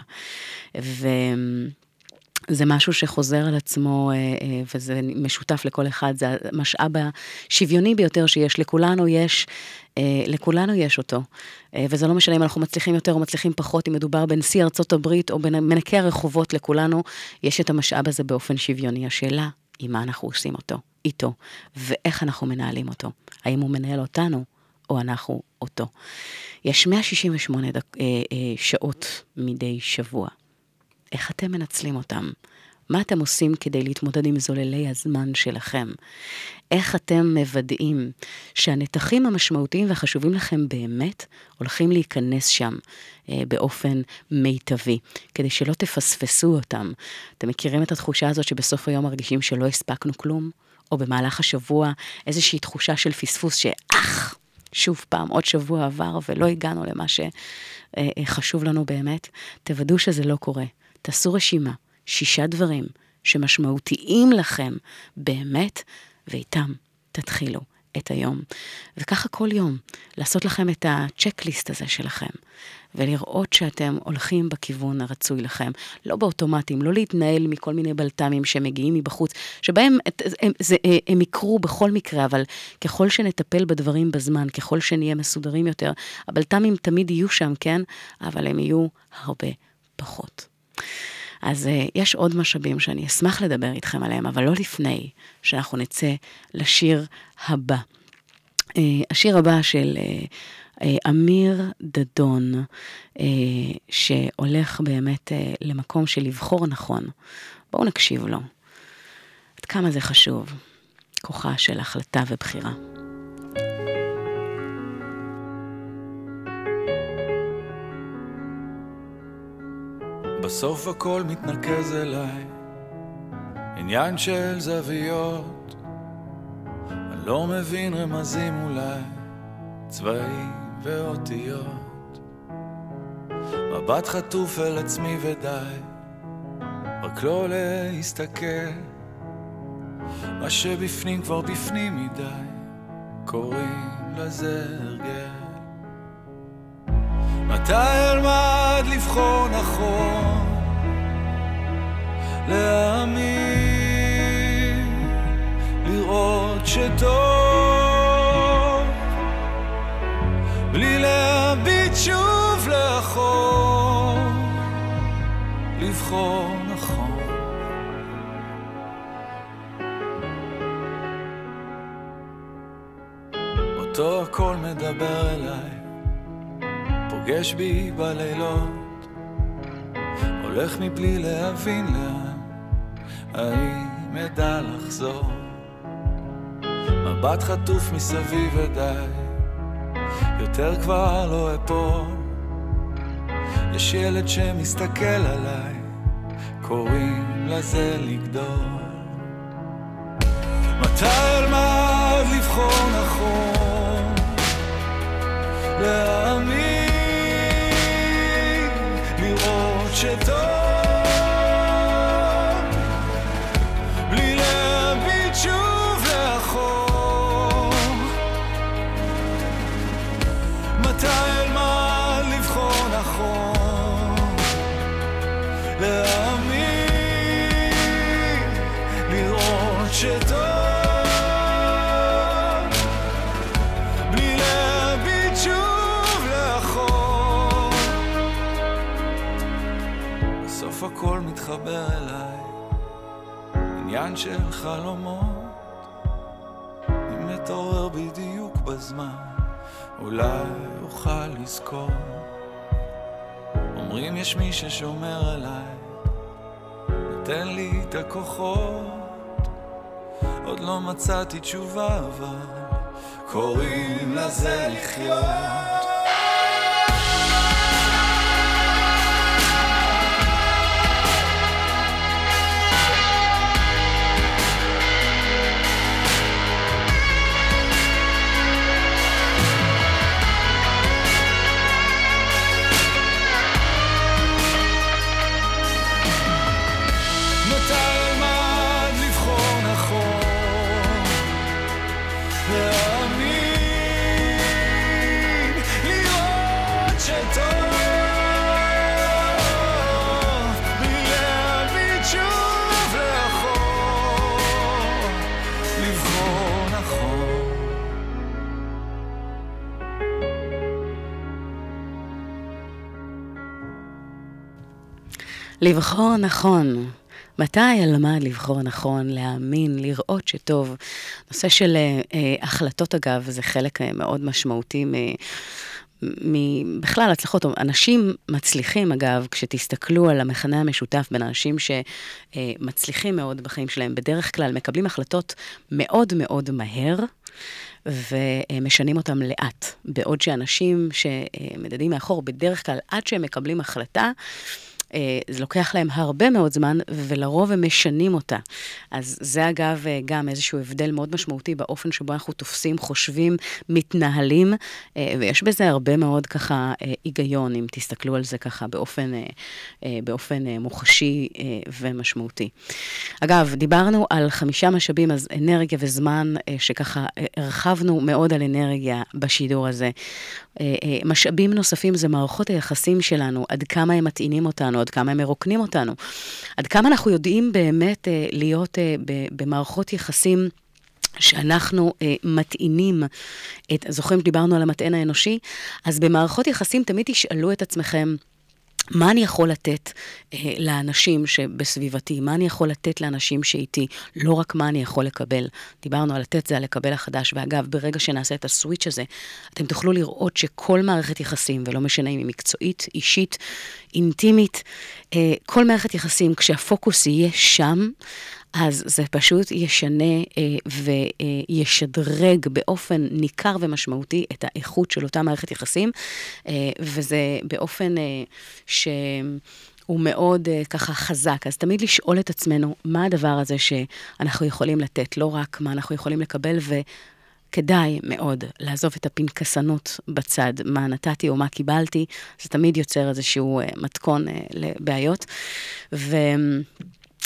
וזה משהו שחוזר על עצמו, וזה משותף לכל אחד, זה המשאב השוויוני ביותר שיש לכולנו, יש, לכולנו יש אותו. וזה לא משנה אם אנחנו מצליחים יותר או מצליחים פחות, אם מדובר בנשיא ארצות הברית או במנקי הרחובות, לכולנו יש את המשאב הזה באופן שוויוני. השאלה היא מה אנחנו עושים אותו, איתו, ואיך אנחנו מנהלים אותו. האם הוא מנהל אותנו? או אנחנו אותו. יש מאה שישים ושמונה דק, אה, אה, שעות מדי שבוע. איך אתם מנצלים אותם? מה אתם עושים כדי להתמודד עם זוללי הזמן שלכם? איך אתם מוודאים שהנתחים המשמעותיים והחשובים לכם באמת הולכים להיכנס שם אה, באופן מיטבי, כדי שלא תפספסו אותם? אתם מכירים את התחושה הזאת שבסוף היום מרגישים שלא הספקנו כלום? או במהלך השבוע איזושהי תחושה של פספוס שאך, שוב פעם, עוד שבוע עבר ולא הגענו למה שחשוב לנו באמת. תוודאו שזה לא קורה. תעשו רשימה, שישה דברים שמשמעותיים לכם באמת, ואיתם תתחילו את היום. וככה כל יום, לעשות לכם את הצ'קליסט הזה שלכם, ולראות שאתם הולכים בכיוון הרצוי לכם, לא באוטומטים, לא להתנהל מכל מיני בלטמים שמגיעים מבחוץ, שבהם הם, זה, הם יקרו בכל מקרה, אבל ככל שנטפל בדברים בזמן, ככל שנהיה מסודרים יותר, הבלטמים תמיד יהיו שם, כן? אבל הם יהיו הרבה פחות. אז uh, יש עוד משאבים שאני אשמח לדבר איתכם עליהם, אבל לא לפני שאנחנו נצא לשיר הבא. Uh, השיר הבא של uh, uh, אמיר דדון, uh, שהולך באמת uh, למקום של לבחור נכון. בואו נקשיב לו. עד כמה זה חשוב, כוחה של החלטה ובחירה. בסוף הכל מתנקז אליי, עניין של זוויות, אני לא מבין רמזים אולי, צבעים ואותיות, מבט חטוף אל עצמי ודי, רק רק לא להסתכל, מה שבפנים כבר בפנים מדי, קוראים לזה הרגל. מתי אלמד לבחור נכון, להאמין, לראות שטוב, בלי להביט שוב לאחור, לבחור נכון. אותו הכל מדבר אליי, פוגש בי בלילות, הולך מבלי להבין לאן, האם אדע לחזור. מבט חטוף מסביב ודי, יותר כבר לא אפול. יש ילד שמסתכל עליי, קוראים לזה לגדול. מתי אלמד לבחור נכון, להאמין, לראות שטוב, בלי להביט שוב לאחור. מתי אלמד לבחור נכון, להאמין, לראות שטוב, הכל מתחבר אליי, עניין של חלומות, אם מתעורר בדיוק בזמן, אולי אוכל לזכור. אומרים יש מי ששומר עליי, נותן לי את הכוחות, עוד לא מצאתי תשובה אבל קוראים לזה לחיות. לבחור נכון. מתי אלמד לבחור נכון, להאמין, לראות שטוב. נושא של אה, החלטות אגב, זה חלק אה, מאוד משמעותי מ... בכלל הצלחות, אנשים מצליחים אגב, כשתסתכלו על המכנה המשותף בין אנשים שמצליחים מאוד בחיים שלהם, בדרך כלל מקבלים החלטות מאוד מאוד מהר, ומשנים אותם לאט, בעוד שאנשים שמדדים מאחור, בדרך כלל עד שהם מקבלים החלטה, זה לוקח להם הרבה מאוד זמן, ולרוב הם משנים אותה. אז זה אגב גם איזשהו הבדל מאוד משמעותי באופן שבו אנחנו תופסים, חושבים, מתנהלים, ויש בזה הרבה מאוד ככה היגיון, אם תסתכלו על זה ככה באופן, באופן מוחשי ומשמעותי. אגב, דיברנו על חמישה משאבים, אז אנרגיה וזמן, שככה הרחבנו מאוד על אנרגיה בשידור הזה. משאבים נוספים זה מערכות היחסים שלנו, עד כמה הם מתעינים אותנו, עד כמה הם מרוקנים אותנו, עד כמה אנחנו יודעים באמת להיות במערכות יחסים שאנחנו מתעינים, את, זוכרים שדיברנו על המטען האנושי, אז במערכות יחסים תמיד תשאלו את עצמכם, מה אני יכול לתת אה, לאנשים שבסביבתי? מה אני יכול לתת לאנשים שאיתי? לא רק מה אני יכול לקבל. דיברנו על לתת זה, על לקבל החדש. ואגב, ברגע שנעשה את הסוויץ' הזה, אתם תוכלו לראות שכל מערכת יחסים, ולא משנה אם היא מקצועית, אישית, אינטימית, אה, כל מערכת יחסים, כשהפוקוס יהיה שם, אז זה פשוט ישנה אה, וישדרג באופן ניכר ומשמעותי את האיכות של אותה מערכת יחסים, אה, וזה באופן אה, שהוא מאוד אה, ככה חזק. אז תמיד לשאול את עצמנו מה הדבר הזה שאנחנו יכולים לתת, לא רק מה אנחנו יכולים לקבל, וכדאי מאוד לעזוב את הפנקסנות בצד, מה נתתי או מה קיבלתי, זה תמיד יוצר איזשהו אה, מתכון אה, לבעיות, ו...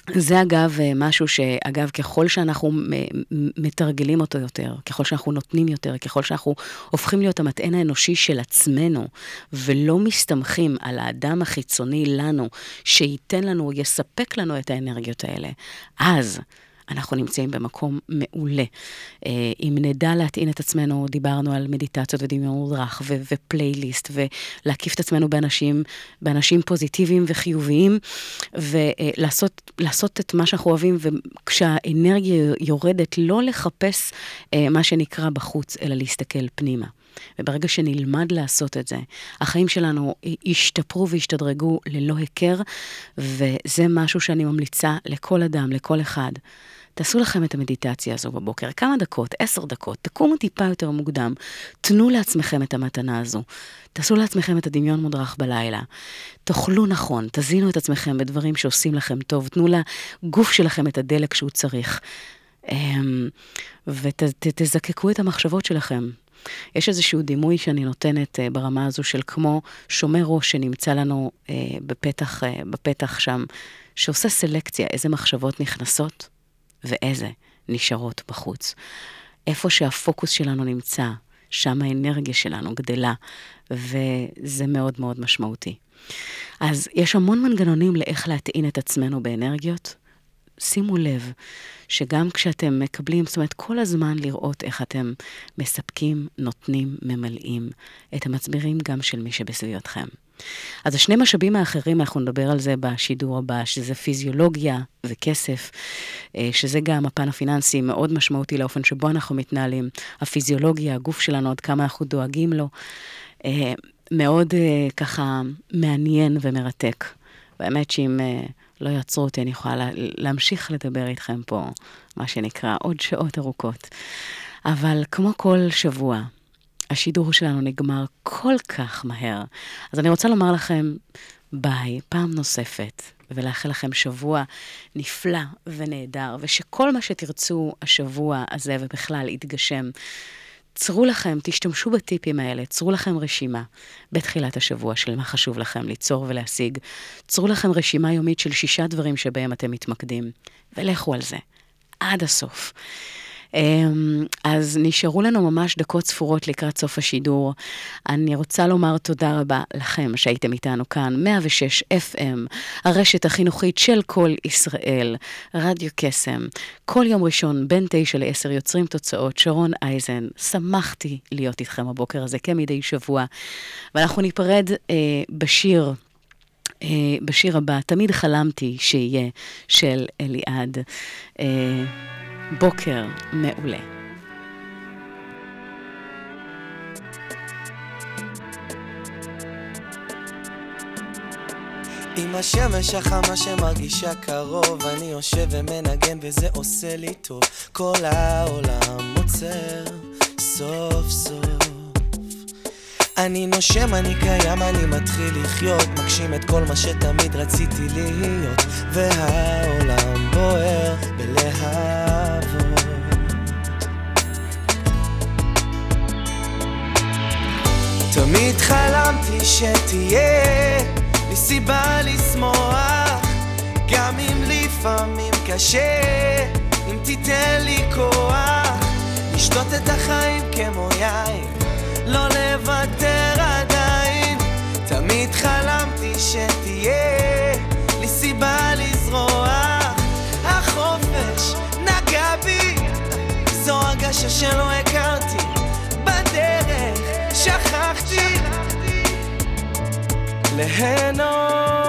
זה אגב משהו שאגב ככל שאנחנו מתרגלים אותו יותר, ככל שאנחנו נותנים יותר, ככל שאנחנו הופכים להיות המטען האנושי של עצמנו, ולא מסתמכים על האדם החיצוני לנו, שייתן לנו, יספק לנו את האנרגיות האלה, אז אנחנו נמצאים במקום מעולה. אם נדע להטעין את עצמנו, דיברנו על מדיטציות ודמיון מודרך ו- ופלייליסט, ולהקיף את עצמנו באנשים, באנשים פוזיטיביים וחיוביים, ולעשות לעשות את מה שאנחנו אוהבים, וכשהאנרגיה יורדת, לא לחפש מה שנקרא בחוץ, אלא להסתכל פנימה. וברגע שנלמד לעשות את זה, החיים שלנו ישתפרו וישתדרגו ללא היכר, וזה משהו שאני ממליצה לכל אדם, לכל אחד. תעשו לכם את המדיטציה הזו בבוקר, כמה דקות, עשר דקות, תקומו טיפה יותר מוקדם, תנו לעצמכם את המתנה הזו, תעשו לעצמכם את הדמיון מודרך בלילה, תאכלו נכון, תזינו את עצמכם בדברים שעושים לכם טוב, תנו לגוף שלכם את הדלק שהוא צריך, ותזקקו את המחשבות שלכם. יש איזשהו דימוי שאני נותנת ברמה הזו של כמו שומר ראש שנמצא לנו בפתח, בפתח שם, שעושה סלקציה, איזה מחשבות נכנסות ואיזה נשארות בחוץ. איפה שהפוקוס שלנו נמצא, שם האנרגיה שלנו גדלה, וזה מאוד מאוד משמעותי. אז יש המון מנגנונים לאיך להטעין את עצמנו באנרגיות. שימו לב שגם כשאתם מקבלים, זאת אומרת, כל הזמן לראות איך אתם מספקים, נותנים, ממלאים את המצברים גם של מי שבסביבתכם. אז השני משאבים האחרים, אנחנו נדבר על זה בשידור הבא, שזה פיזיולוגיה וכסף, שזה גם הפן הפיננסי מאוד משמעותי לאופן שבו אנחנו מתנהלים. הפיזיולוגיה, הגוף שלנו, עד כמה אנחנו דואגים לו, מאוד ככה מעניין ומרתק. באמת שאם לא יעצרו אותי, אני יכולה להמשיך לדבר איתכם פה, מה שנקרא, עוד שעות ארוכות. אבל כמו כל שבוע, השידור שלנו נגמר כל כך מהר. אז אני רוצה לומר לכם ביי, פעם נוספת, ולאחל לכם שבוע נפלא ונהדר, ושכל מה שתרצו השבוע הזה ובכלל יתגשם. צרו לכם, תשתמשו בטיפים האלה, צרו לכם רשימה בתחילת השבוע של מה חשוב לכם ליצור ולהשיג. צרו לכם רשימה יומית של שישה דברים שבהם אתם מתמקדים, ולכו על זה, עד הסוף. אז נשארו לנו ממש דקות ספורות לקראת סוף השידור. אני רוצה לומר תודה רבה לכם שהייתם איתנו כאן, מאה ושש אף אם, הרשת החינוכית של כל ישראל, רדיו קסם. כל יום ראשון בין תשע לעשר יוצרים תוצאות, שרון אייזן. שמחתי להיות איתכם הבוקר הזה כמדי שבוע, ואנחנו ניפרד אה, בשיר אה, בשיר הבא, תמיד חלמתי שיהיה, של אליעד. אה, בוקר מעולה. עם השמש החמה שמרגישה קרוב, אני יושב ומנגן וזה עושה לי טוב. כל העולם עוצר סוף סוף. אני נושם, אני קיים, אני מתחיל לחיות, מגשים את כל מה שתמיד רציתי להיות, והעולם בוער בלהבות. תמיד חלמתי שתהיה לי סיבה לשמוח, גם אם לפעמים קשה, אם תיתן לי כוח לשתות את החיים כמו יין, לא לוותר עדיין. תמיד חלמתי שתהיה לי סיבה לזרוח, החופש נגע בי, זו הרגשה שלא הכרתי, בדרך שכחתי ליהנות.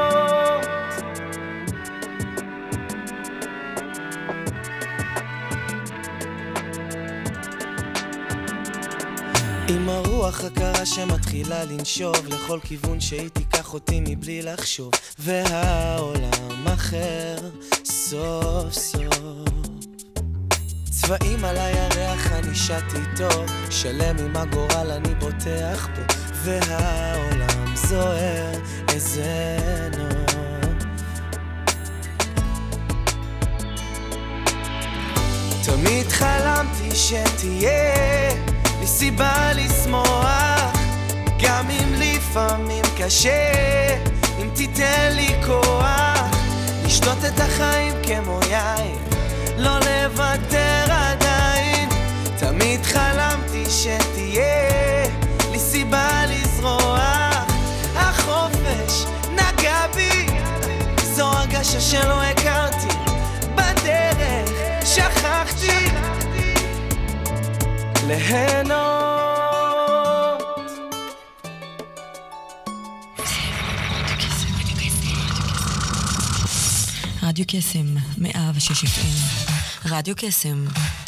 עם הרוח הקרה שמתחילה לנשוב לכל כיוון שהיא תיקח אותי מבלי לחשוב, והעולם אחר סוף סוף. צבעים על הירח אני שתי טוב, שלם עם הגורל אני בוטח בו, והעולם זוהר איזה נוף. תמיד חלמתי שתהיה לי סיבה לשמוח, גם אם לפעמים קשה, אם תיתן לי כוח לשתות לשתות את החיים כמו יין, לא לוותר עדיין. תמיד חלמתי שתהיה לי סיבה לזרוח, החופש נגע בי, זו הרגשה שלא הכרתי, בדרך שכחתי ליהנות. רדיו קסם, מאה ושש אף אם. רדיו קסם.